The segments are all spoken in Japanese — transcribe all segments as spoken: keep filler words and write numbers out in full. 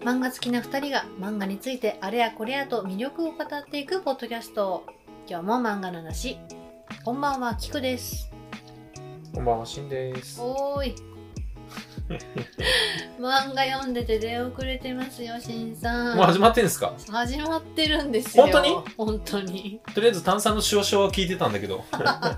漫画好きなふたりが漫画についてあれやこれやと魅力を語っていくポッドキャスト。今日も漫画の話。こんばんは、キクです。 こんばんは、しんです。 おーい漫画読んでて出遅れてますよ、しんさん。 もう始まってんですか？ 始まってるんですよ。 本当に？ 本当に。 とりあえず炭酸のシュワシュワは聞いてたんだけど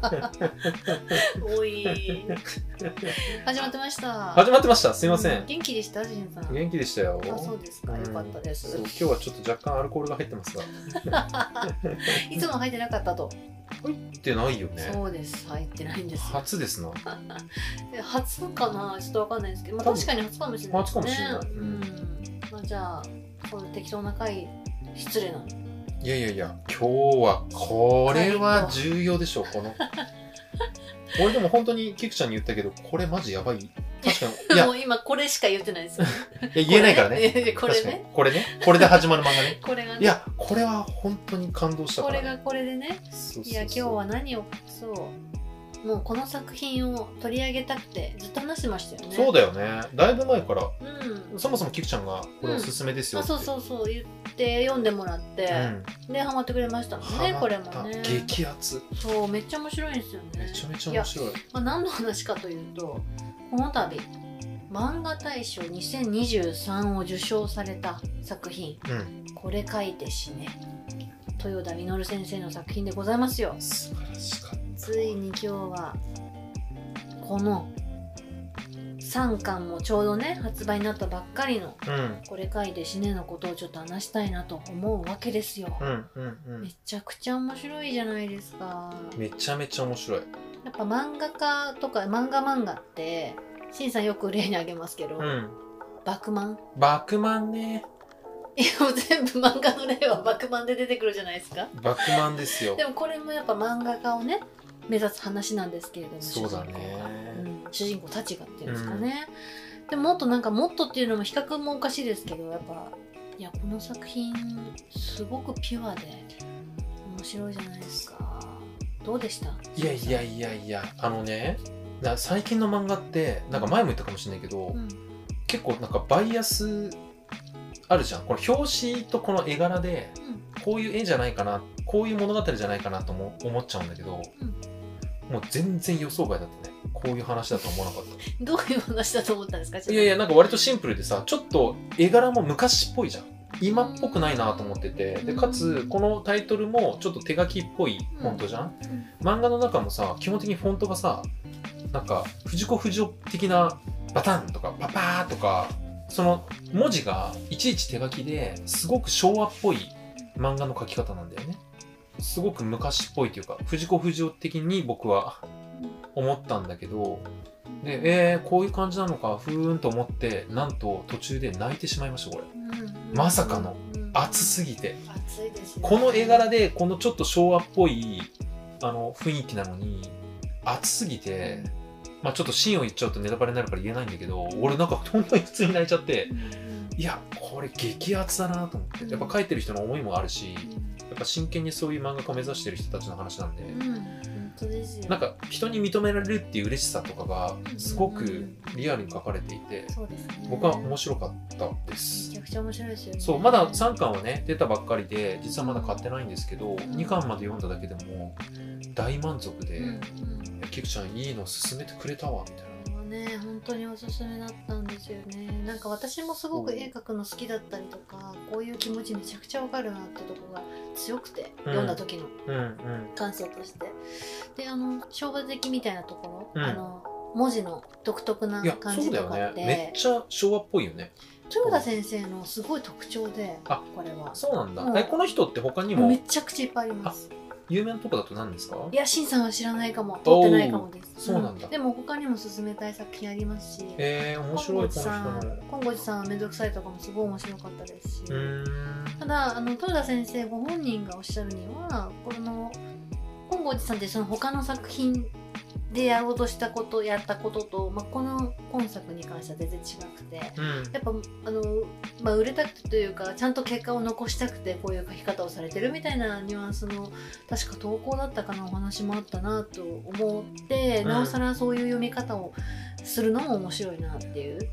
おい始まってました。 始まってました。すいません、 うん、元気でした、しんさん。 元気でしたよ。 あ、そうですか、うん、よかったです。 そう、今日はちょっと若干アルコールが入ってますがいつも入ってなかったと。 入ってないよね。 そうです、入ってないんです。 初ですな初かな、ちょっとわかんないですけど、まあ、確かに初かもしれないですね。 初かもしれない、 うん、まあ、じゃあこの適当な回失礼なの。 いやいやいや、今日はこれは重要でしょう。この俺でも本当にキクちゃんに言ったけど、これマジやばい。確かに。いやもう今これしか言ってないですよ。 いや言えないからね。 これね。 これね。これで始まる漫画ね。 これがね。 いや、これは本当に感動したから、ね。 これがこれでね。 そうそうそう。 いや、今日は何を、そう。もうこの作品を取り上げたくてずっと話してましたよね。 そうだよね。だいぶ前から。 うん。 そもそもキクちゃんがこれおすすめですよって、 うん、あ、そうそうそう言って読んでもらって、うん、でハマってくれましたもんね。これもね。 激アツ。 そう、めっちゃ面白いんですよね。 めちゃめちゃ面白い。いまあ、何の話かというと、この度漫画大賞にせんにじゅうさんを受賞された作品、うん、これ書いて死ね、豊田稔先生の作品でございますよ。 素晴らしかった。 ついに今日はこのさんかんもちょうどね発売になったばっかりの、うん、これ書いて死ねのことをちょっと話したいなと思うわけですよ、うんうんうん、めちゃくちゃ面白いじゃないですか。 めちゃめちゃ面白い。 やっぱ漫画家とか漫画漫画ってしんさんよく例にあげますけど、うん、バクマンバクマンね。 いやもう全部漫画の例はバクマンで出てくるじゃないですか。 バクマンですよ。 でもこれもやっぱ漫画家をね目指す話なんですけれども、 そうだね、 うん、主人公たちがっていうんですかね、うん、でももっとなんかもっとっていうのも比較もおかしいですけど、やっぱいやこの作品すごくピュアで面白いじゃないですか。どうでした？ いやいやいやいや、あのね、最近の漫画ってなんか前も言ったかもしれないけど、うん、結構なんかバイアスあるじゃん。この表紙とこの絵柄で、うん、こういう絵じゃないかな、こういう物語じゃないかなとも思っちゃうんだけど、うん、もう全然予想外だったね。こういう話だと思わなかった。 どういう話だと思ったんですか？ いやいや、なんか割とシンプルでさ、ちょっと絵柄も昔っぽいじゃん。今っぽくないなと思ってて、でかつこのタイトルもちょっと手書きっぽいフォントじゃん、うん、漫画の中もさ基本的にフォントがさなんか藤子不二雄的なバタンとかパパーとか、その文字がいちいち手書きですごく昭和っぽい漫画の描き方なんだよね。すごく昔っぽいというか藤子不二雄的に僕は思ったんだけど、でえー、こういう感じなのかふーんと思って、なんと途中で泣いてしまいましたこれ、うん、まさかの熱すぎて、 熱いですね、 この絵柄でこのちょっと昭和っぽいあの雰囲気なのに熱すぎて、まあちょっとシーンを言っちゃうとネタバレになるから言えないんだけど、俺なんか本当に普通に泣いちゃって、いやこれ激アツだなと思って、やっぱ描いてる人の思いもあるし、やっぱ真剣にそういう漫画家を目指してる人たちの話なんで、うん、本当ですよ。なんか人に認められるっていう嬉しさとかがすごくリアルに書かれていて、そうですね、僕は面白かったです。 めちゃくちゃ面白いですよね。そう、 まださんかんはね出たばっかりで実はまだ買ってないんですけど、うん、にかんまで読んだだけでも大満足で、うんうん、キクちゃんいいの勧めてくれたわみたいな。 ね、本当におすすめだったんですよね。なんか私もすごく絵描くの好きだったりとか、こういう気持ちめちゃくちゃわかるなってとこが強くて、うん、読んだ時の感想として、うん、であの昭和的みたいなところ、うん、あの文字の独特な感じとかって、 ね、めっちゃ昭和っぽいよね。 豊田先生のすごい特徴で、あ、これはそうなんだ、うん、えこの人って他にもめちゃくちゃいっぱいあります。 有名なとこだと何ですか？ いや、しんさんは知らないかも、通ってないかもです。 そうなんだ、 うん、でも他にも勧めたい作品ありますし、 えー、面白い。この人の金剛寺さんはめんどくさいとかもすごい面白かったですし、ただあの豊田先生ご本人がおっしゃるには、この金剛寺さんってその他の作品でやろうとしたことやったことと、まあ、この今作に関しては全然違くて、うん、やっぱあの、まあ、売れたくてというかちゃんと結果を残したくてこういう書き方をされてるみたいなニュアンスの確か投稿だったかなお話もあったなと思って、うん、なおさらそういう読み方をするのも面白いなっていう。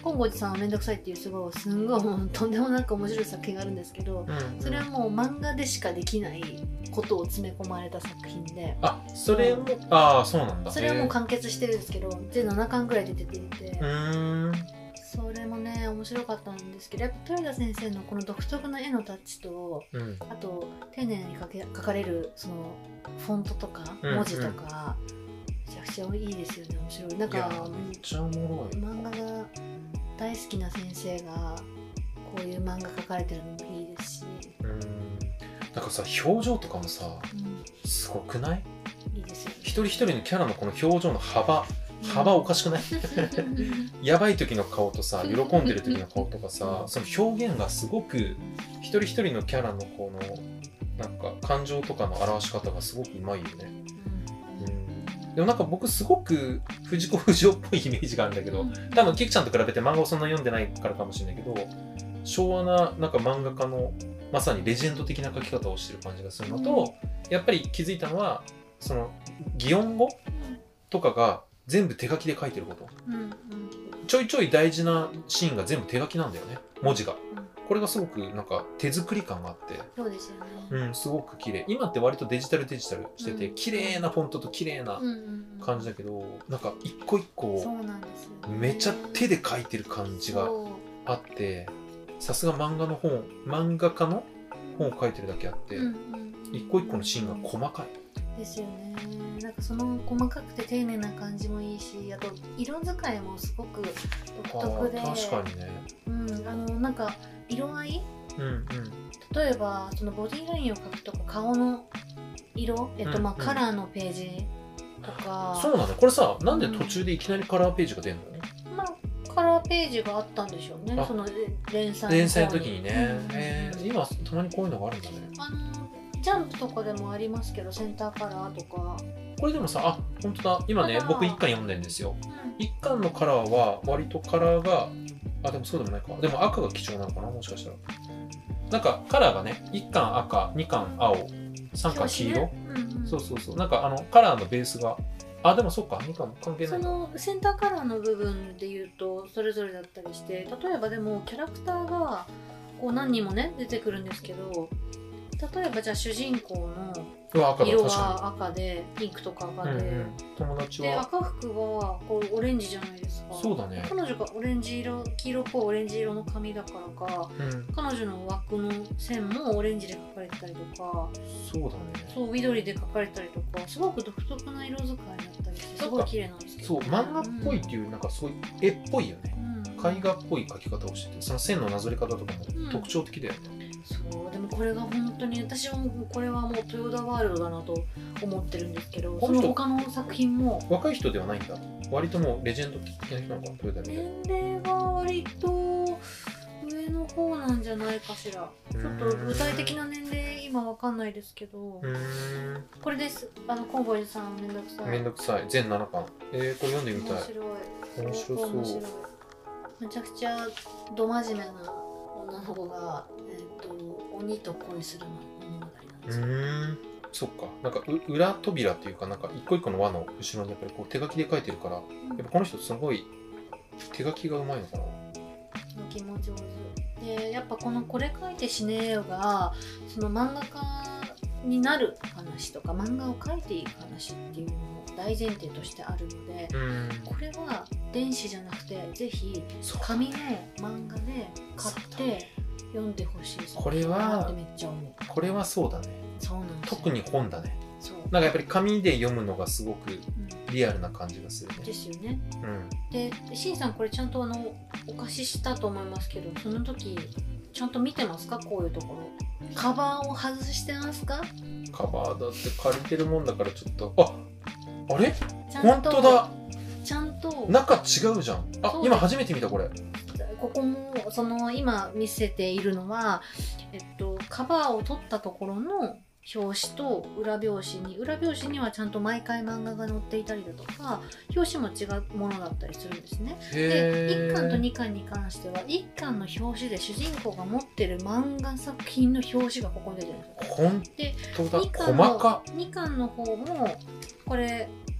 本郷寺さんはめんどくさいっていうすごいすんごいもうとんでもなく面白い作品があるんですけど、 うんうん、 それはもう漫画でしかできないことを詰め込まれた作品で、 あ、それも、ああ、そうなんだ。 それはもう完結してるんですけど、全ななかんぐらい出てていて、 うーん、 それもね面白かったんですけど、やっぱ豊田先生のこの独特な絵のタッチと、 うん、 あと丁寧に書け書かれるそのフォントとかうんうん文字とか、めちゃくちゃいいですよね。面白い。なんかめっちゃおもろい。 漫画が大好きな先生がこういう漫画描かれてるのもいいですし、 うーん、なんかさ表情とかもさ、 うん、 すごくない？ いいですよね。 一人一人のキャラのこの表情の幅幅おかしくない？やばい時の顔とさ、喜んでる時の顔とかさ、その表現がすごく一人一人のキャラのこのなんか感情とかの表し方がすごくうまいよね。うん、でもなんか僕すごく藤子不二雄っぽいイメージがあるんだけど、多分キクちゃんと比べて漫画をそんな読んでないからかもしれないけど、昭和ななんか漫画家のまさにレジェンド的な描き方をしてる感じがするのと、やっぱり気づいたのはその擬音語とかが全部手書きで書いてること、 うんうん、 ちょいちょい大事なシーンが全部手書きなんだよね、文字が。これがすごくなんか手作り感があって、 そうですよね。 うん、すごく綺麗。今って割とデジタルデジタルしてて、 うん、 綺麗なフォントと綺麗な感じだけど、なんか一個一個そうなんですよね、 めちゃ手で書いてる感じがあって、さすが漫画の本、漫画家の本を書いてるだけあって、うんうん、一個一個のシーンが細かい。 ですよね。なんかその細かくて丁寧な感じもいいし、あと色使いもすごく独特で、 確かにね、 うん、あのなんか色合い、 うんうん、 例えばそのボディラインを描くとか顔の色、えっとまあ、うんうん、カラーのページとか。 そうなの、これさ、なんで途中でいきなりカラーページが出るの？ うん、まあカラーページがあったんでしょうね、その連載の連載の時にね、うん、えー、今たまにこういうのがあるんだね。 あのジャンプとかでもありますけど、センターカラーとか。 これでもさ、あ、本当だ、今ね僕いっかん読んでるんですよ、うん、いっかんのカラーは割とカラーが、あ、でもそうでもないか、でも赤が貴重なのかな、もしかしたら。なんかカラーがね、いっかん赤、にかん青、さんかん黄色、ね、うんうん、そうそうそう、なんかあのカラーのベースが、あ、でもそうか、にかん関係ない。 そのセンターカラーの部分でいうとそれぞれだったりして、例えばでもキャラクターがこう何人もね出てくるんですけど、例えばじゃあ主人公の色は赤でピンクとか赤で、うんうん、 友達はで赤服はこうオレンジじゃないですか。 そうだね。 彼女がオレンジ色、黄色っぽいオレンジ色の髪だからか、うん、彼女の枠の線もオレンジで描かれてたりとか、 そうだね、 そう緑で描かれたりとか、すごく独特な色使いだったりしてすごい綺麗なんですけど、 ね、そう漫画っぽいっていう、うん、なんかすごい絵っぽいよね、うん、絵画っぽい描き方をしてて、その線のなぞり方とかも特徴的だよね、うん、 そう。でもこれが本当に私はこれはもう豊田ワールドだなと思ってるんですけど、その他の作品も若い人ではないんだ、割ともうレジェンド的な人なのかな、豊田みたいな。 年齢は割と上の方なんじゃないかしら。ちょっと具体的な年齢今わかんないですけど、これです。あのコンボイさん、めんどくさいめんどくさい全ななかん、えー、これ読んでみたい。 面白い、 面白そう。面白い、 めちゃくちゃど真面目な女の子が、えー、と鬼と恋する物語なんですよ。うーん、そっか、なんかう裏扉っていうか、なんか一個一個の輪の後ろにやっぱりこう手書きで書いてるから、うん、やっぱこの人すごい手書きがうまいのかな。 書きも上手で、やっぱこのこれ書いて死ねよがその漫画家になる話とか漫画を描いていく話っていうのも大前提としてあるので、うん、これは電子じゃなくてぜひ紙の漫画で買って読んでほしい。 これはめっちゃ思う。これはそうだね。そうなんですよ。特に本だね。そうなんかやっぱり紙で読むのがすごくリアルな感じがするね。 うん、ですよね。 うん、 で、しんさんこれちゃんとあのお貸ししたと思いますけど、その時ちゃんと見てますか？こういうところ。カバーを外してますか？ カバーだって借りてるもんだからちょっと、あ、あれ？本当だ。 ちゃんと中違うじゃん。あ、今初めて見たこれ。 ここもその今見せているのは、えっとカバーを取ったところの表紙と裏表紙に、裏表紙にはちゃんと毎回漫画が載っていたりだとか、表紙も違うものだったりするんですね。で、いっかんとにかんに関してはいっかんの表紙で主人公が持ってる漫画作品の表紙がここに出てるんですよ。 ほんとだ。細か。 にかんの方もこれ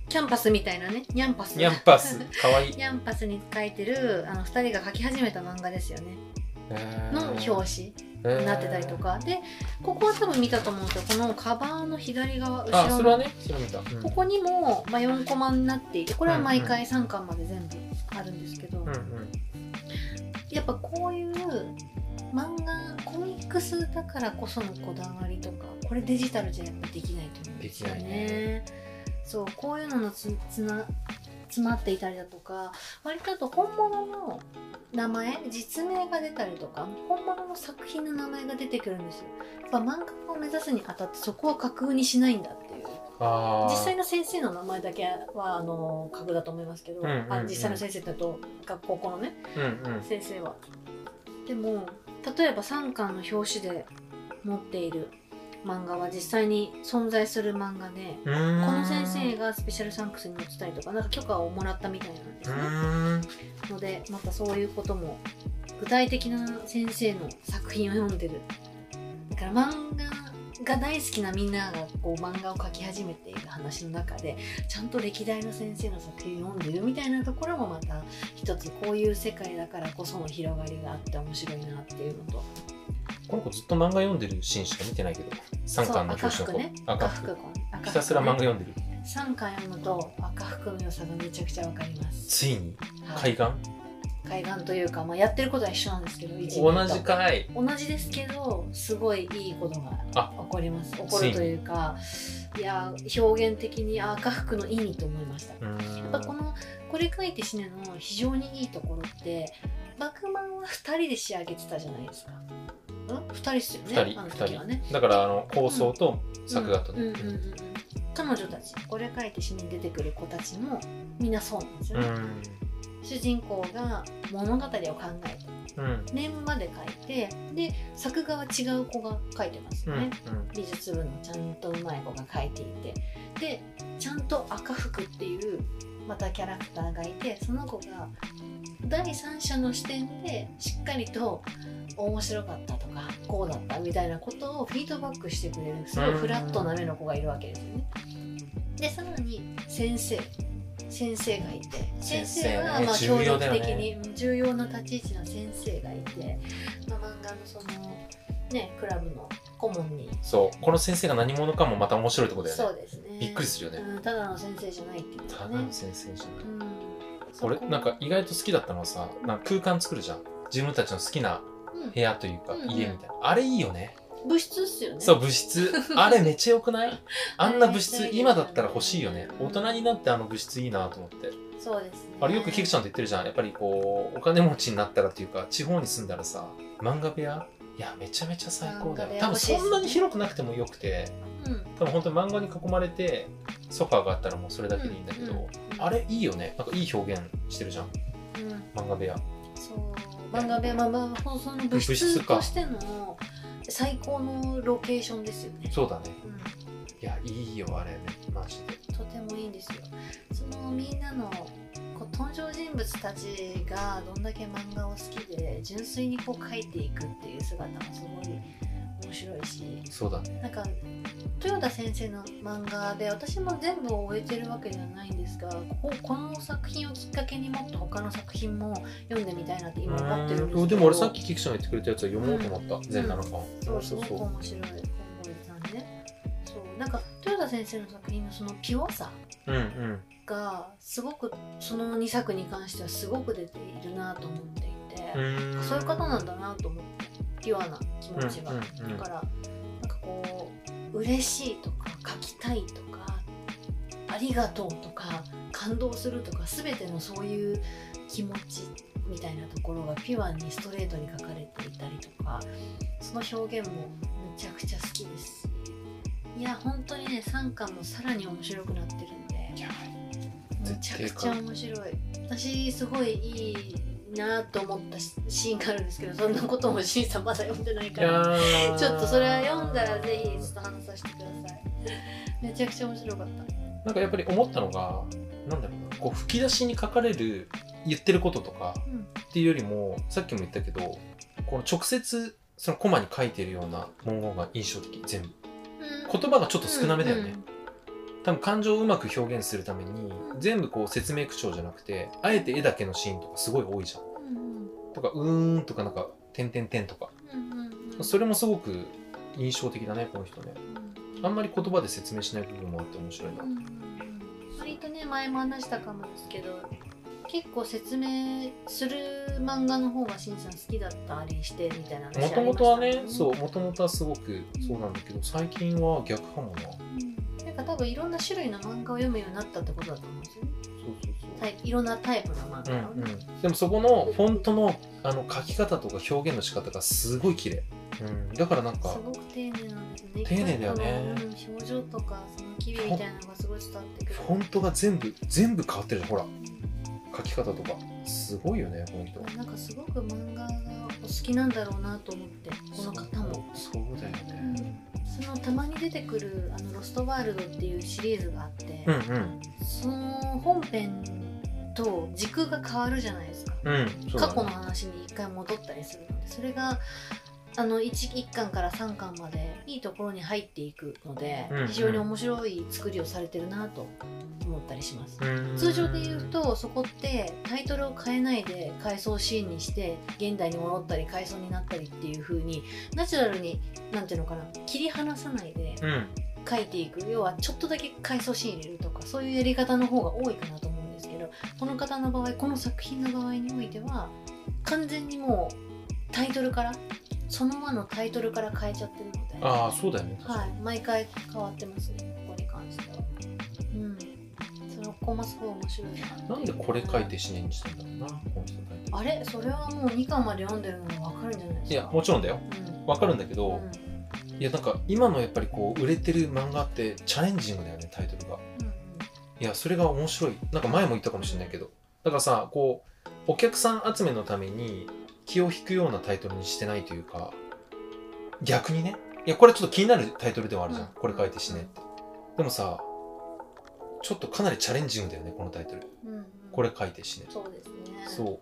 キャンパスみたいなね、ニャンパスニャンパスかわいいニャンパスに書いてるあのふたりが書き始めた漫画ですよねの表紙になってたりとかで、ここは多分見たと思うんですよ。このカバーの左側後ろのあそれはねそれ見た、うん、 ここにも、まあ、よんコマになっていて、これは毎回さんかんまで全部あるんですけど、うんうん、やっぱこういう漫画コミックスだからこそのこだわりとか、これデジタルじゃやっぱできないと思うんですよね。ねそうこういうののつつな詰まっていたりだとか、割とあと本物の名前実名が出たりとか、本物の作品の名前が出てくるんですよ。やっぱ漫画を目指すにあたってそこは架空にしないんだっていう。実際の先生の名前だけはあの架空だと思いますけど、うんうんうん、あ実際の先生ってと学校このね、うんうん、先生はでも例えばさんかんの表紙で持っている漫画は実際に存在する漫画で、この先生がスペシャルサンクスに載ってたりとか、なんか許可をもらったみたいなんですね。のでまたそういうことも具体的な先生の作品を読んでる。だから漫画が大好きなみんながこう漫画を描き始めている話の中で、ちゃんと歴代の先生の作品を読んでるみたいなところもまた一つこういう世界だからこその広がりがあって面白いなっていうのと。 この子ずっと漫画読んでるシーンしか見てないけど、さんかんの表紙の子、ね、赤服、ひたすら漫画読んでる。 さんかん読むと赤服の良さがめちゃくちゃわかります。 ついに海岸、はい 、海岸というか、まあ、やってることは一緒なんですけど、 同じかい同じですけど、すごいいいことが起こります。起こるというか、いや表現的に赤服の意味と思いました。やっぱこのこれ書いて死ねの非常にいいところって、バクマンはふたりで仕上げてたじゃないですか。ふたりっすよね。ふたり、ふたりはね。 だからあの構想と作画とね。 彼女たち、これ書いて死に出てくる子たちもみんなそうなんですよね。主人公が物語を考えて、うん、ネームまで書いて、で作画は違う子が書いてますよね。うんうん、美術部のちゃんとうまい子が書いていて、でちゃんと赤服っていうまたキャラクターがいて、その子が第三者の視点でしっかりと面白かったとかこうだったみたいなことをフィードバックしてくれるすごいフラットな目の子がいるわけですよね。でさらに先生先生がいて、先生はまあ協力的に重要な立ち位置の先生がいて、まあ、漫画のそのねクラブの顧問に、 そうこの先生が何者かもまた面白いところだよね。 そうですね。 びっくりするよね。 うん、ただの先生じゃないっていうね。 ただの先生じゃない。うん俺なんか意外と好きだったのはさ、なんか空間作るじゃん、自分たちの好きな部屋というか、うん、家みたいな、あれいいよね。 物質っすよね。 そう物質あれめっちゃ良くないあんな物質今だったら欲しいよね。大人になってあの物質いいなと思って。 そうですね。 あれよくキクちゃんと言ってるじゃん、やっぱりこうお金持ちになったらっていうか地方に住んだらさ、漫画部屋いやめちゃめちゃ最高だよ。多分そんなに広くなくてもよくて、うん、多分本当に漫画に囲まれてソファーがあったらもうそれだけでいいんだけど、うんうん、あれいいよね。なんかいい表現してるじゃん、うん、漫画部屋。 そう漫画部屋、まあまあその物質としての最高のロケーションですよね。 そうだね、うん、いやいいよあれねマジで。 とてもいいんですよ。そのみんなのこう登場人物たちがどんだけ漫画を好きで純粋にこう描いていくっていう姿もすごい面白いし。 そうだね。 なんか豊田先生の漫画で私も全部を終えてるわけではないんですが、ここの作品をきっかけにもっと他の作品も読んでみたいなって今思ってるんですけど。 でも俺さっきキクちゃんが言ってくれたやつは読もうと思った、うん、全ななかん、うん、 そうすごく面白い本郷さんね。そうなんか豊田先生の作品のそのピュアさがすごくそのにさくに関してはすごく出ているなと思っていて、うんそういう方なんだなと思って、ピュアな気持ちが、うんうんうん、だからなんかこう嬉しいとか書きたいとかありがとうとか感動するとか全てのそういう気持ちみたいなところがピュアにストレートに書かれていたりとか、その表現もめちゃくちゃ好きですし、いや本当にねさんかんもさらに面白くなってるんでめちゃくちゃ面白い。私すごいいいなと思ったシーンがあるんですけど、そんなこともシンさんまだ読んでないからちょっとそれは読んだらぜひちょっと話させてください。めちゃくちゃ面白かった。 なんかやっぱり思ったのがなんだろうな、こう吹き出しに書かれる言ってることとかっていうよりも、うん、さっきも言ったけどこの直接そのコマに書いてるような文言が印象的。全部、うん、言葉がちょっと少なめだよね、うんうん、 多分感情をうまく表現するために、全部こう説明口調じゃなくて、あえて絵だけのシーンとかすごい多いじゃん。うん、とか、うーんとかなんか、てんてんてんとか。うん、それもすごく印象的だね、この人ね。あんまり言葉で説明しない部分もあって面白いな。うん、 割とね、前も話したかもですけど、結構説明する漫画の方がしんさん好きだったりしてみたいな話ありましたね。 もともとはね、そう、もともとはすごくそうなんだけど、最近は逆かもな。 うん、なんか多分いろんな種類の漫画を読むようになったってことだと思うんですよね。 そうそうそう。 いろんなタイプの漫画を、ね、 うんうん、でもそこのフォントのあの書き方とか表現の仕方がすごい綺麗。うん、だからなんかすごく丁寧なんですね。 丁寧だよね。 表情とかその機微みたいなのがすごい伝わってくる。 フォントが全部全部変わってるじゃん、ほら。書き方とかすごいよね、この人。 なんかすごく漫画がお好きなんだろうなと思って、この方も。 そうだよね。 うん、そのたまに出てくるあのロストワールドっていうシリーズがあって、うんうん、その本編と軸が変わるじゃないですか。うん、そうだね、過去の話に一回戻ったりするので、それがあの 1, いっかんからさんかんまでいいところに入っていくので、うんうん、非常に面白い作りをされてるなと思ったりします。通常で言うとそこってタイトルを変えないで回想シーンにして現代に戻ったり回想になったりっていう風にナチュラルになんていうのかな、切り離さないで書いていく、うん、要はちょっとだけ回想シーン入れるとかそういうやり方の方が多いかなと思うんですけど、この方の場合、この作品の場合においては完全にもうタイトルからそのままのタイトルから変えちゃってるので。 ああ、そうだよね。 はい、毎回変わってますね、ここに関しては。うん。そのコマすごい面白いな。 なんでこれ書いて死ねにしたんだろうな、この人書いて。 あれ、それはもうにかんまで読んでるのが分かるんじゃないですか。 いや、もちろんだよ。うん、分かるんだけど、うん、いや、なんか今のやっぱりこう売れてる漫画ってチャレンジングだよね、タイトルが。うんうん、いや、それが面白い。なんか前も言ったかもしれないけど。だからさ、こう、お客さん集めのために、気を引くようなタイトルにしてないというか、逆にね、いやこれちょっと気になるタイトルではあるじゃん、うん、これ書いて死ねって。でもさ、ちょっとかなりチャレンジングだよね、このタイトル。うんうん、これ書いて死ね。 そうですね。 そう。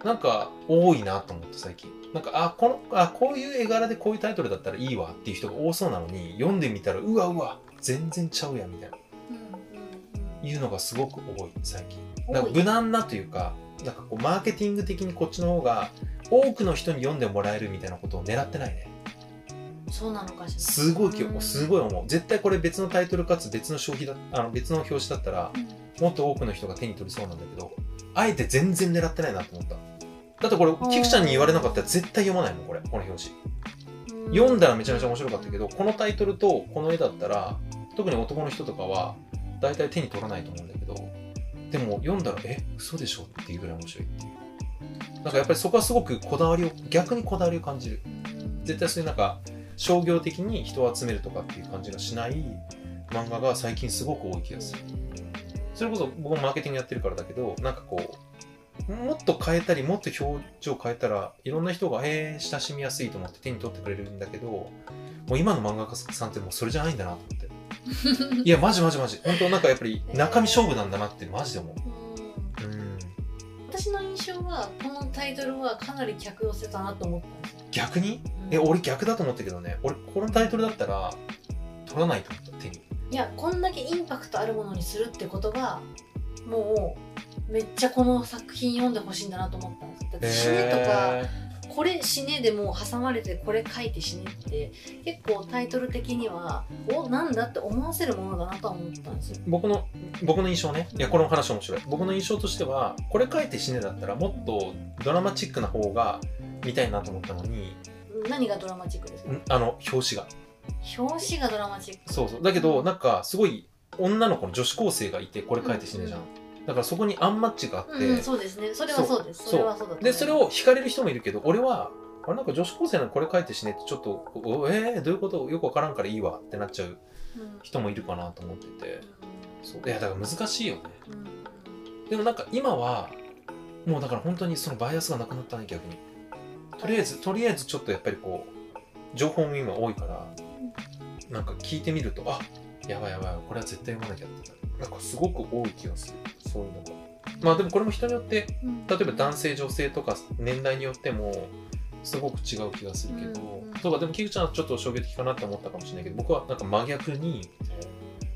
なんか多いなと思って最近。なんかあこのあこういう絵柄でこういうタイトルだったらいいわっていう人が多そうなのに、読んでみたらうわうわ全然ちゃうやんみたいな、うんうんうん、いうのがすごく多い最近。なんか無難なというか。なんかこうマーケティング的にこっちの方が多くの人に読んでもらえるみたいなことを狙ってないね。 そうなのかしら。 すごい気をすごい思う。絶対これ別のタイトルかつ別の消費だあの別の表紙だったら、うん、もっと多くの人が手に取りそうなんだけど、あえて全然狙ってないなと思った。だってこれキクちゃんに言われなかったら絶対読まないもん、これこの表紙。読んだらめちゃめちゃ面白かったけど、このタイトルとこの絵だったら特に男の人とかは大体手に取らないと思うんだけど、でも読んだらえ嘘でしょっていうぐらい面白いっていう。なんかやっぱりそこはすごくこだわりを逆にこだわりを感じる。絶対そういうなんか商業的に人を集めるとかっていう感じがしない漫画が最近すごく多い気がする。それこそ僕もマーケティングやってるからだけど、なんかこうもっと変えたりもっと表情変えたらいろんな人がえー親しみやすいと思って手に取ってくれるんだけど、もう今の漫画家さんってもうそれじゃないんだなと思って。いやマジマジマジ本当なんかやっぱり中身勝負なんだなってマジで思う。 うん、うん、私の印象はこのタイトルはかなり客寄せたなと思ったんですよ。 逆に、うん、え俺逆だと思ったけどね。俺このタイトルだったら取らないと思った手に。 いやこんだけインパクトあるものにするってことがもうめっちゃこの作品読んでほしいんだなと思ったんです。だって死ねとかこれ死ねでもう挟まれてこれ書いて死ねって結構タイトル的にはおなんだって思わせるものだなとは思ったんですよ。 僕の僕の印象ね。いやこの話面白い。僕の印象としてはこれ書いて死ねだったらもっとドラマチックな方が見たいなと思ったのに。 何がドラマチックですか？ あの表紙が表紙がドラマチック。 そうそう。だけどなんかすごい女の子の女子高生がいてこれ書いて死ねじゃん、うんうん、だからそこにアンマッチがあって、 うん、そうですね。それはそうです。それはそうだと思います。 でそれを惹かれる人もいるけど、俺はあれなんか女子高生なのこれ書いて死ねってちょっとえー、どういうことよくわからんからいいわってなっちゃう人もいるかなと思ってて、うん、そういやだから難しいよね、うん、でもなんか今はもうだから本当にそのバイアスがなくなったね逆に。とりあえずとりあえずちょっとやっぱりこう情報も今多いから、うん、なんか聞いてみるとあやばいやばいこれは絶対読まなきゃってなんかすごく多い気がするそういうのが。まあでもこれも人によって例えば男性女性とか年代によってもすごく違う気がするけど、うんうん、そうかでもキクちゃんはちょっと衝撃的かなって思ったかもしれないけど、僕はなんか真逆に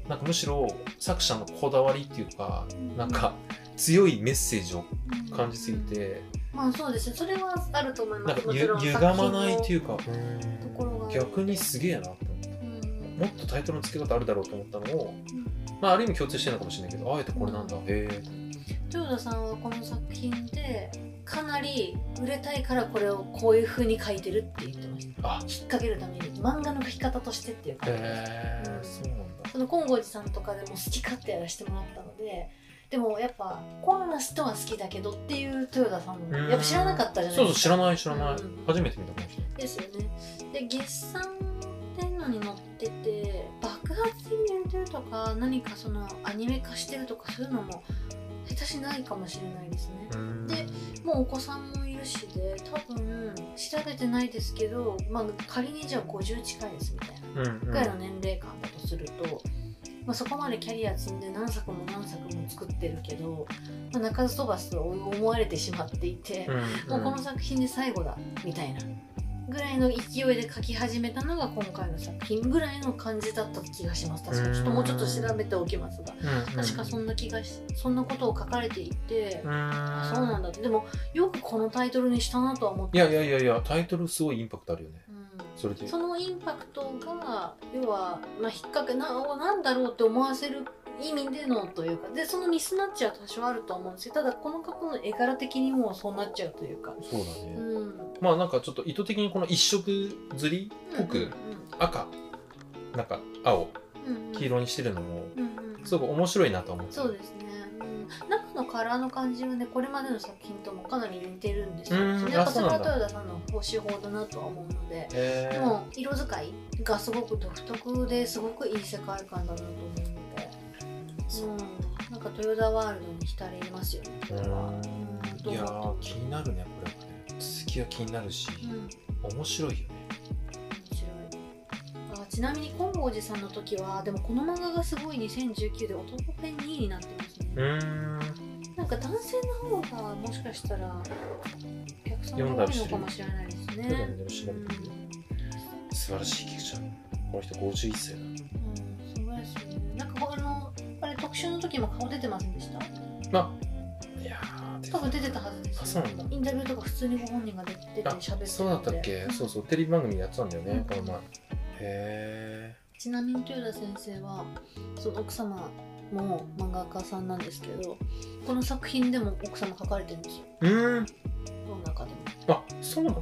なんかむしろ作者のこだわりっていうか、なんか強いメッセージを感じすぎて、 まあそうですね、それはあると思います。 なんかゆ歪まないっていうか、うん、逆にすげえなと思って、うん、もっとタイトルの付け方あるだろうと思ったのを、うん、まあある意味共通してるのかもしれないけど、あえてこれなんだ、うん、へえ。 豊田さんはこの作品でかなり売れたいからこれをこういう風に書いてるって言ってました。あ、引っ掛けるために漫画の書き方としてっていうか、へえ、うん、そうなんだ。その金剛寺さんとかでも好き勝手やらせてもらったので、でもやっぱコアな人は好きだけどっていう豊田さんもやっぱ知らなかったじゃないですか。 そうそう、知らない知らない、うん、初めて見たかもしれないですよね。で、月産天皇に載ってて爆発的に売れてるとか、何かそのアニメ化してるとか、そういうのも下手しないかもしれないですね。で、もうお子さんもいるしで、多分調べてないですけど、まあ仮にじゃあごじゅう近いですみたいなぐらいの年齢間だとすると、まあ、そこまでキャリア積んで何作も何作も作ってるけど、まあ、鳴かず飛ばすと思われてしまっていて、うんうん、もうこの作品で最後だみたいなぐらいの勢いで書き始めたのが今回の作品ぐらいの感じだった気がします。確かちょっともうちょっと調べておきますが、うんうん、確かそんな気がし、そんなことを書かれていて、そうなんだって。でもよくこのタイトルにしたなとは思って。 いやいやいやいや、タイトルすごいインパクトあるよね。 それでそのインパクトが要は、まあ、引っ掛け な, なんだろうって思わせる意味でのというか、でそのミスマッチは多少あると思うんですけど、ただこの過去の絵柄的にもそうなっちゃうというか。 そうだね、うん、まあなんかちょっと意図的にこの一色ずりっぽく、うんうんうん、赤なんか青、うんうん、黄色にしてるのも、うんうん、すごく面白いなと思って。 そうですね、うん、中のカラーの感じはね、これまでの作品ともかなり似てるんですよ。やっぱそれは豊田さんの方針法だなとは思うので、でも色使いがすごく独特ですごくいい世界観だなと思うので、うん、なんか豊田ワールドに浸りますよね、これは。 いやー気になるね、これはね。続きが気になるし、うん、面白いよね。 面白い。あ、ちなみに金剛寺さんの時はでもこの漫画がすごいにせんじゅうきゅうで男ペンにいになってますね。うーん、なんか男性の方がもしかしたらお客さんが多いのかもしれないですね。うん、 素晴らしい菊ちゃん。この人ごじゅういっさいだ。うん、 すごいですよね。なんかあのあれ特集の時も顔出てませんでした？ まあ、いやー多分出てたはずですよ。あ、そうなんだ。インタビューとか普通にご本人が出てて喋ってて。 そうだったっけ？うん、そうそう、テレビ番組やってたんだよね、うん、この前。へー。ちなみに豊田先生はその奥様も漫画家さんなんですけど、この作品でも奥様書かれてるんですよ。うん。この中でも。 あ、そうなの？うん。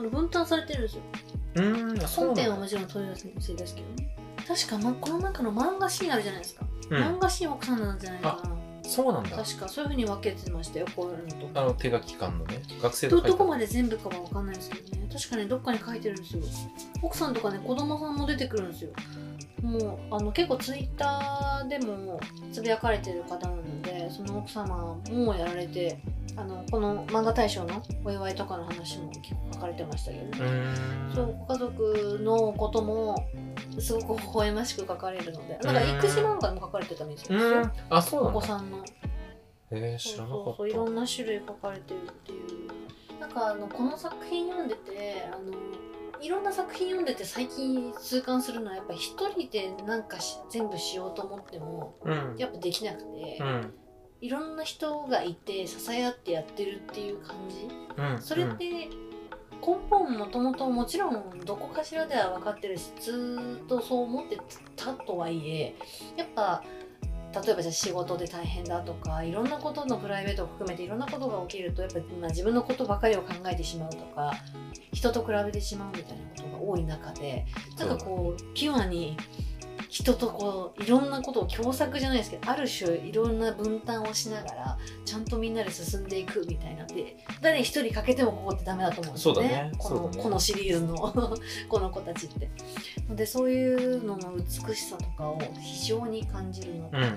あの分担されてるんですよ。うん。本編はもちろん豊田先生ですけどね。確か、ま、この中の漫画シーンあるじゃないですか。うん、漫画シーン奥さんなんじゃないかな。 そうなんだ。 確かそういう風に分けてましたよ、こういうのとか。 あの手書き感のね、学生と書いてある。どこまで全部かは分かんないですけどね。確かにどっかに書いてるんですよ。奥さんとかね、子供さんも出てくるんですよ。もうあの結構ツイッターでもつぶやかれてる方なので、その奥様もやられて、あのこの漫画大賞のお祝いとかの話も結構書かれてましたけどね。そうご家族のこともすごく微笑ましく書かれるので、なんか育児漫画も書かれてたみたいですよ。 あ、そうなんだ。 お子さんの。 へえ、知らなかった。そうそう、いろんな種類書かれてるっていう。なんかあのこの作品読んでて、あのいろんな作品読んでて最近痛感するのはやっぱ一人でなんかし全部しようと思っても、うん、やっぱできなくて、うん、いろんな人がいて支え合ってやってるっていう感じ、うん、それって根本もともともちろんどこかしらでは分かってるし、ずっとそう思ってたとはいえ、やっぱ例えばじゃあ仕事で大変だとか、いろんなことのプライベートを含めていろんなことが起きると、やっぱり、まあ、自分のことばかりを考えてしまうとか、人と比べてしまうみたいなことが多い中で、なんかこうピュアに人とこういろんなことを共作じゃないですけど、ある種いろんな分担をしながらちゃんとみんなで進んでいくみたいなで、誰一人欠けてもここってダメだと思うんですよね。ね、この、ね、このシリーズのこの子たちってで、そういうのの美しさとかを非常に感じるので、うんうんうん、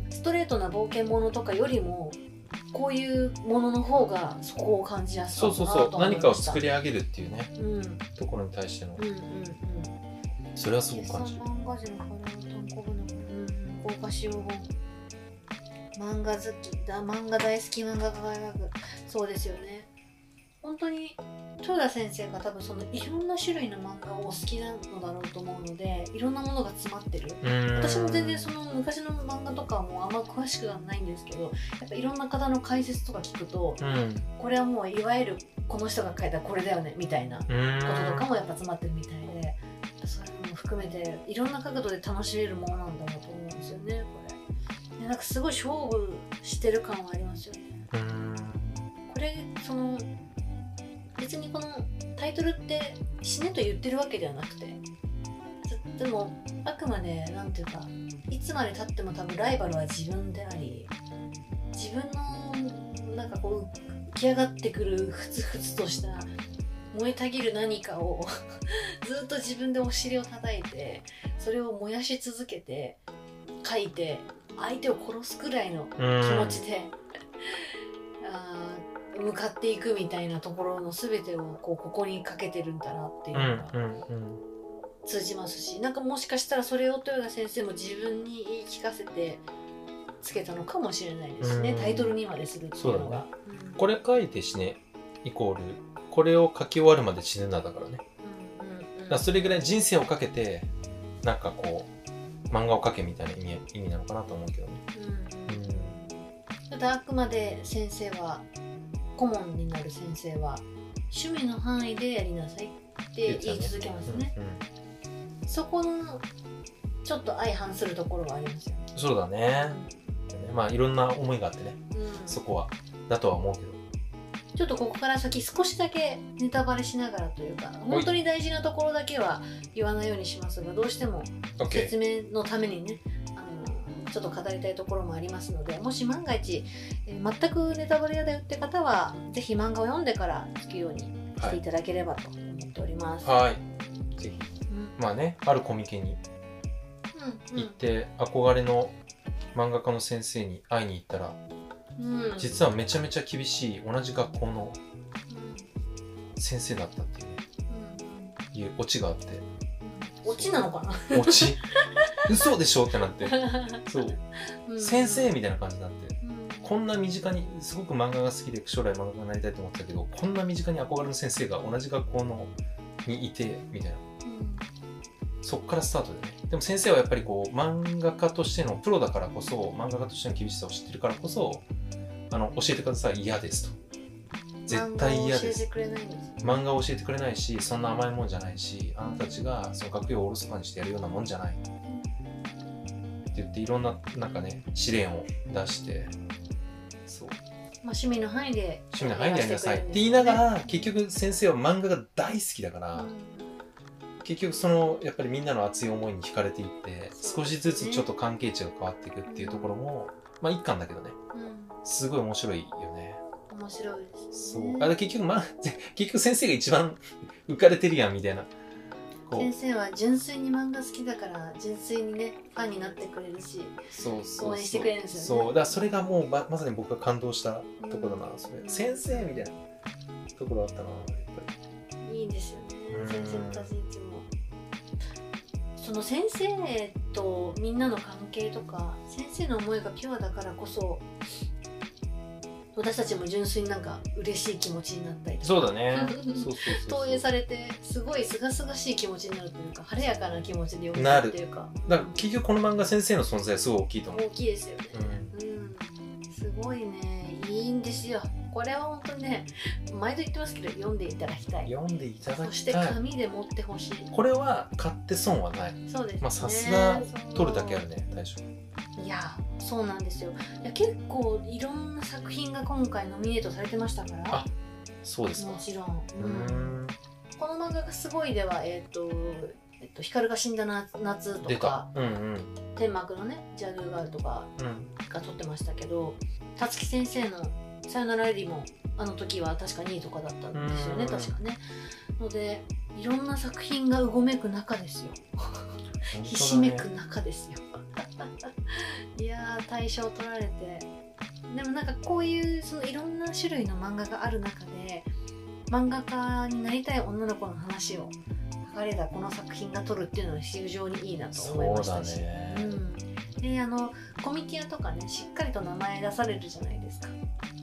ストレートな冒険ものとかよりもこういうものの方がそこを感じやすかったなと思いました。そうそうそう、何かを作り上げるっていうね、うん、ところに対しての、うんうんうん、それはすごく感じる。 漫画人の花単行部の豪華使用本、漫画好きだ、漫画大好き漫画家が描く、そうですよね。本当に豊田先生が多分そのいろんな種類の漫画をお好きなのだろうと思うので、いろんなものが詰まってる。私も全然その昔の漫画とかもあんま詳しくはないんですけど、やっぱいろんな方の解説とか聞くと、うん、これはもういわゆるこの人が書いたこれだよねみたいなこととかもやっぱ詰まってるみたいで、それも含めていろんな角度で楽しめるものなんだなと思うんですよね、これ。でなんかすごい勝負してる感はありますよね。これその別にこのタイトルって死ねと言ってるわけではなくて、でもあくまでなんていうか、いつまでたっても多分ライバルは自分であり、自分のなんかこう浮き上がってくるふつふつとした燃えたぎる何かをずっと自分でお尻を叩いて、それを燃やし続けて書いて相手を殺すくらいの気持ちであ向かっていくみたいなところの全てをこうここにかけてるんだなっていうのが通じますし、なんかもしかしたらそれを豊田先生も自分に言い聞かせてつけたのかもしれないですね、タイトルにまでするっていうのが。 ね、うん、これ書いて死ねイコールこれを書き終わるまで死ぬなだからね、うんうんうん、だからそれぐらい人生をかけてなんかこう漫画を描けみたいな意味、意味なのかなと思うけどね、うんうん、 ただあくまで先生は顧問になる先生は趣味の範囲でやりなさいって言い続けますね、うんうん、そこのちょっと相反するところはありますよね。 そうだね、うん、まあいろんな思いがあってね、うん、そこはだとは思うけど、 ちょっとここから先少しだけネタバレしながらというか、本当に大事なところだけは言わないようにしますが、どうしても説明のためにね、ちょっと語りたいところもありますので、もし万が一、えー、全くネタバレ嫌だよって方はぜひ漫画を読んでから聞くようにしていただければと思っております。 はい、ぜひ、うん、まあね、あるコミケに行って、うんうん、憧れの漫画家の先生に会いに行ったら、うん、実はめちゃめちゃ厳しい同じ学校の先生だったっていうね、うん、いうオチがあって、 オチなのかな、 オチ嘘でしょってなってそう、うん、先生みたいな感じになって、うん、こんな身近にすごく漫画が好きで将来漫画家になりたいと思ってたけど、こんな身近に憧れの先生が同じ学校のにいてみたいな、うん、そっからスタートでね。でも先生はやっぱりこう漫画家としてのプロだからこそ、漫画家としての厳しさを知ってるからこそ、あの教えてください、嫌ですと、絶対嫌です。漫画を教えてくれないし、そんな甘いもんじゃないし、あなたたちがその学業をおろそかにしてやるようなもんじゃないって言って、いろんななんかね試練を出して、そう、まあ、 趣味の範囲で趣味の範囲でやりなさいって言いながら、結局先生は漫画が大好きだから、うん、結局そのやっぱりみんなの熱い思いに惹かれていって、少しずつちょっと関係値が変わっていくっていうところも、まあ一巻だけどね、うん、すごい面白いよね。 面白いです、 ね、そう、あれ結局、ま、結局先生が一番浮かれてるやんみたいな。 先生は純粋に漫画好きだから純粋にねファンになってくれるし、 そうそうそう、 応援してくれるんですよね。そうだからそれがもう ま, まさに僕が感動したところだな、うん、それ先生みたいなところだったな、やっぱりいいんですよね、先生の立ち位置も。その先生とみんなの関係とか、先生の思いがピュアだからこそ私たちも純粋になんか嬉しい気持ちになったりとか、 そうだね投影されてすごいすがすがしい気持ちになるというか、晴れやかな気持ちで読めるっていうか、 だから結局この漫画先生の存在はすごい大きいと思う。 大きいですよね、うんうん、すごいね、いいんですよこれは。本当にね、毎度言ってますけど読んでいただきたい、 読んでいただきたい。 そして紙で持ってほしい。 これは買って損はない。 そうですね、 まあさすが取るだけあるね、大将。 いやそうなんですよ。いや結構いろんな作品が今回ノミネートされてましたから。 あ、そうですか。 もちろん、うん、この漫画がすごいでは、えっ、ー、とえっと、光が死んだ夏とか、うんうん、天幕のねジャドゥーガールとかが撮ってましたけど、辰木先生のさよならエリもあの時は確かにいとかだったんですよね、確かね。のでいろんな作品がうごめく中ですよひしめく中ですよいやー大賞取られて、でもなんかこういうそのいろんな種類の漫画がある中で、漫画家になりたい女の子の話を書かれたこの作品が撮るっていうのは非常にいいなと思いましたし、そうだね、うん、であのコミティアとかねしっかりと名前出されるじゃないですか。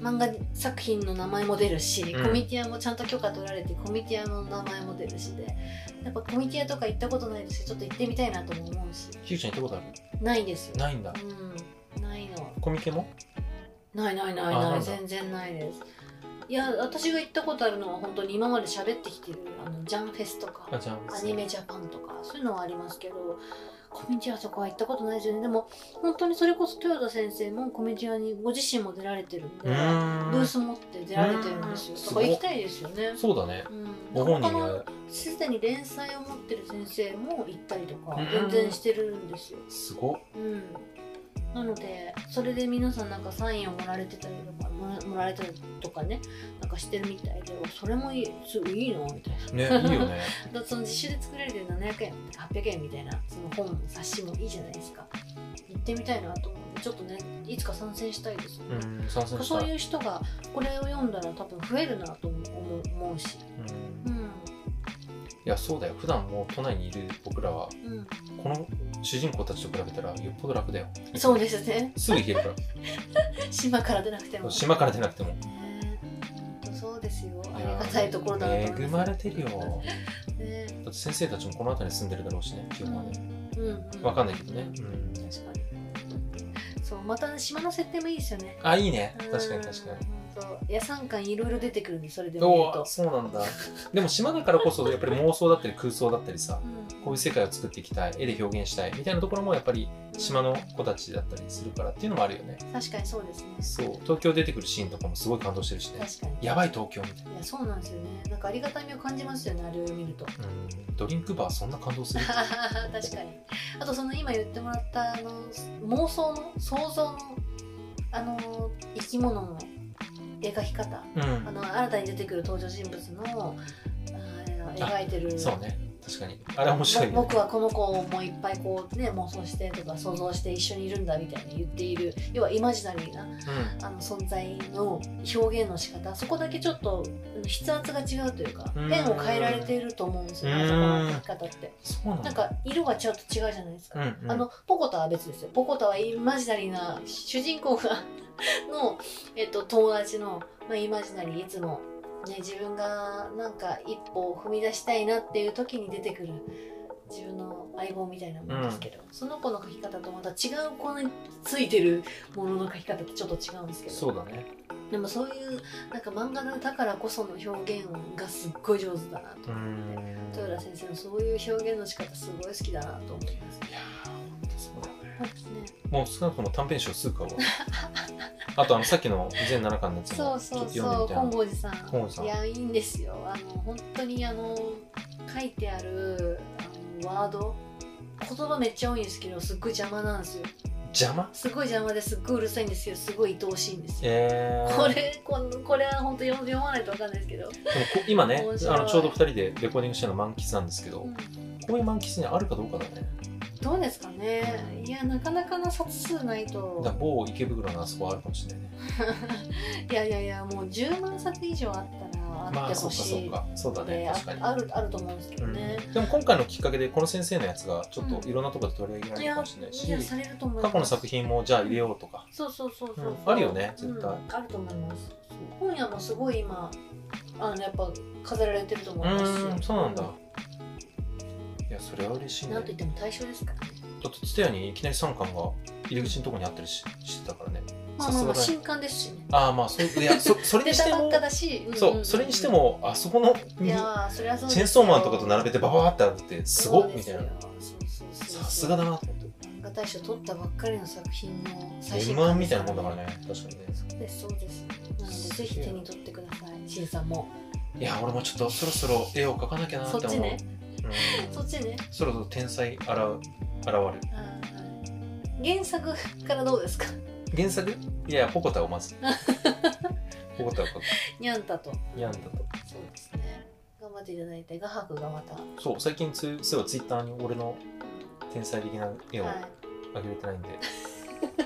漫画作品の名前も出るし、 うん、 コミティアもちゃんと許可取られてコミティアの名前も出るしで、やっぱコミティアとか行ったことないですけどちょっと行ってみたいなとも思うし。 ひゆちゃん行ったことある？ ないんですよ。 ないんだ。 うん、ないの。 コミケも？ ないないないない、全然ないです。いや、私が行ったことあるのは本当に今まで喋ってきてるあのジャンフェスとかアニメジャパンとかそういうのはありますけど、コミュニティアとかは行ったことないですよね。でも本当にそれこそ豊田先生もコミュニティアにご自身も出られてるんで、ブース持って出られてるんですよ。だから行きたいですよね。 そうだね、 うん、他のすでに連載を持ってる先生も行ったりとか全然してるんですよ。 すごっ。 うん、なのでそれで皆さんなんかサインをもられてたりとか も, もられたりとかね、なんかしてるみたいで、それもいい、すごいいいのみたいな。 ね、いいよね。 だその自主で作られてるななひゃくえんはっぴゃくえんみたいなその本冊子もいいじゃないですか。行ってみたいなと思うんで、ちょっとねいつか参戦したいですよね。 うん、参戦したい。 そういう人がこれを読んだら多分増えるなと思う、思うし。うん、うん、 いやそうだよ。普段もう都内にいる僕らは、うん、この主人公たちと比べたらよっぽど楽だよ。 そうですね。 すぐ行けるから。 島から出なくても。 島から出なくても。 本当そうですよ。ありがたいところだなと思います。 恵まれてるよ。 ね、 だって先生たちもこの辺りに住んでるだろうしね、基本はね。 うんうん、 わかんないけどね。うん、 確かに。そう、また島の設定もいいですよね。 あ、いいね。確かに確かに。 そう野産館いろいろ出てくるんで、それでもお、そうなんだ。でも島だからこそやっぱり妄想だったり空想だったりさ、うん、こういう世界を作っていきたい、絵で表現したいみたいなところもやっぱり島の子たちだったりするからっていうのもあるよね。 確かにそうですね。 そう、東京出てくるシーンとかもすごい感動してるしね。 確かに。 やばい東京みたいな。 いや、そうなんですよね。なんかありがたみを感じますよね、あれを見ると。 うん、ドリンクバーそんな感動する？ 確かに。あとその今言ってもらったあの妄想の想像のあの生き物の描き方、うん、あの新たに出てくる登場人物のあ描いてる。 そうね、確かにあれ面白い、ね、 僕はこの子もいっぱいこうね妄想してとか想像して一緒にいるんだみたいに言っている、要はイマジナリーな、うん、あの存在の表現の仕方、そこだけちょっと筆圧が違うというか、ペンを変えられていると思うんですよね、あそこの描き方って。そうなんだ。なんか色がちょっと違うじゃないですか、うんうん、あのポコタは別ですよ。ポコタはイマジナリーな主人公がの、えっと、友達の、まあ、イマジナリー、いつも、ね、自分がなんか一歩を踏み出したいなっていう時に出てくる自分の相棒みたいなものですけど、うん、その子の描き方とまた違う子についてるものの描き方ってちょっと違うんですけど、 そうだね。でもそういうなんか漫画だからこその表現がすっごい上手だなと思って、豊田先生のそういう表現の仕方すごい好きだなと思います。いやー、本当そうだね。 もう少なくとも短編集数買うわ。あとあのさっきの全ななかんのやつもちょっと読んでみたいな。そうそうそう、金剛寺さん。金剛寺さん。いや、いいんですよ。あの本当にあの書いてあるあのワード、言葉めっちゃ多いんですけど、すっごい邪魔なんですよ。 邪魔？ すごい邪魔ですっごいうるさいんですよ。すごい愛おしいんですよ。 えー、 これこのこれは本当読まないと分かんないですけど。でも今ね、あのちょうどふたりでレコーディングしてるの満喫なんですけど、うん、こういう満喫にあるかどうかだね。 どうですかね。いや、なかなかな冊数ないと。 だ某池袋のあそこはあるかもしれないね。 いやいやいや、もうじゅうまんさつ以上あったらあってほしい。 まあ、そうかそうか、そうだね、確かに。 あるあると思うんですけどね、 うん。でも今回のきっかけでこの先生のやつがちょっといろんなところで取り上げられるかもしれないし、 いや、いやされると思います。 過去の作品もじゃあ入れようとか。 そうそうそうそう、 うん、あるよね、絶対、うん。 あると思います。本屋もすごい今あのやっぱ飾られてると思いますし。 うん、そうなんだ。うん、いや、それは嬉しいね。 なんといっても対象ですからね。 だってツタヤにいきなりさんかんが入り口のところにあったり し, してたからね。 まあまあまあ新刊ですしね。 ああ、まあそういや そ, それにしてもそうそれにしてもあそこのいやそれはそうチェーンソーマンとかと並べてババーってあってすごっみたいな。さすがだなと思って。 漫画大賞取ったばっかりの作品の最新刊 エムワン みたいなもんだからね。確かにね。 そうですそうです。なのでぜひ手に取ってください。しんさんも。 いや俺もちょっとそろそろ絵を描かなきゃなって思う。 そっちね。そっちね。 そろそろ天才現る。現る原作からどうですか？ 原作？いやポコタをまずポコタを描く。 ニャンタとニャンタとそうですね。頑張っていただいて画伯がまたそう最近つそういえばツイッターに俺の天才的な絵をあげれてないんで、はい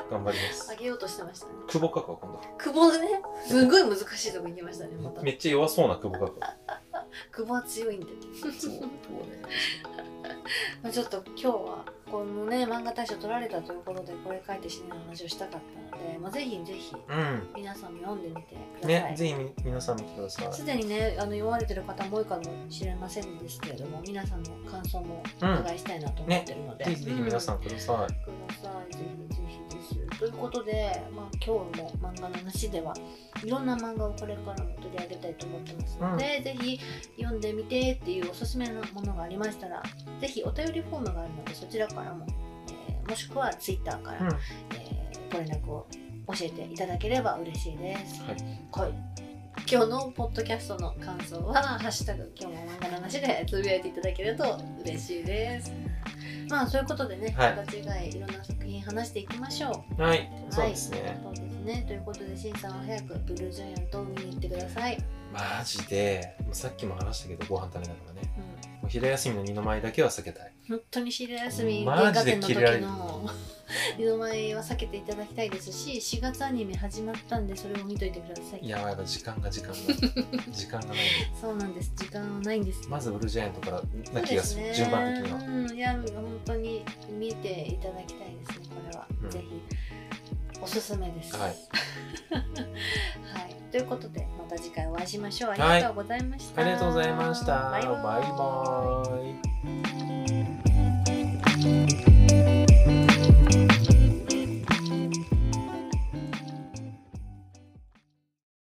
頑張りますあげようとしてましたね。 久保書くわ今度。 久保でね、すごい難しいとこ行きましたね、また。 めっちゃ弱そうな久保書く。 久保は強いんで。 そう久保ね。 まあちょっと今日はこのね漫画大賞取られたということでこれ書いて死ねの話をしたかったので、まあ、ぜひぜひ皆さんも読んでみてください。 ね、ぜひ皆さん見てください。 すでにねあの読まれてる方も多いかもしれませんですけれども、皆さんの感想もお願いしたいなと思ってるので、 うんね、ぜひぜひ皆さんください。 うん、ください、ぜひぜひです。ということで、まあ、今日も漫画の話ではいろんな漫画をこれからも取り上げたいと思ってますので、うん、ぜひ読んでみてっていうおすすめのものがありましたら、ぜひお便りフォームがあるのでそちらからも、えー、もしくはツイッターから、うんえー、ご連絡を教えていただければ嬉しいです。はい、はい、今日のポッドキャストの感想は「ハッシュタグ今日も漫画の話」でつぶやいていただけると嬉しいです。まあそういうことでね、 はい、 形違いいろんな作品話していきましょう。 はい、そうですね。 そうですね。ということで、しんさんは早くブルージャイアントを見に行ってください。 マジで、さっきも話したけど、ご飯食べながらね、うん、もう昼休みの二の舞だけは避けたい。 本当に昼休み、原画展の時の二の舞は避けていただきたいですし、しがつアニメ始まったんで、それを見といてください。 いやばいやばい、時間が時間が。時間がない。 そうなんです、時間はないんです。 まずブルージャイアントからな気がする、ね、順番的には。 うん、いや、本当に見ていただきたいですね、これは。うん、ぜひ。おすすめです。はい。はい。ということで、また次回お会いしましょう。ありがとうございました。 はい、ありがとうございました。 バイバーイ。 バイバーイ。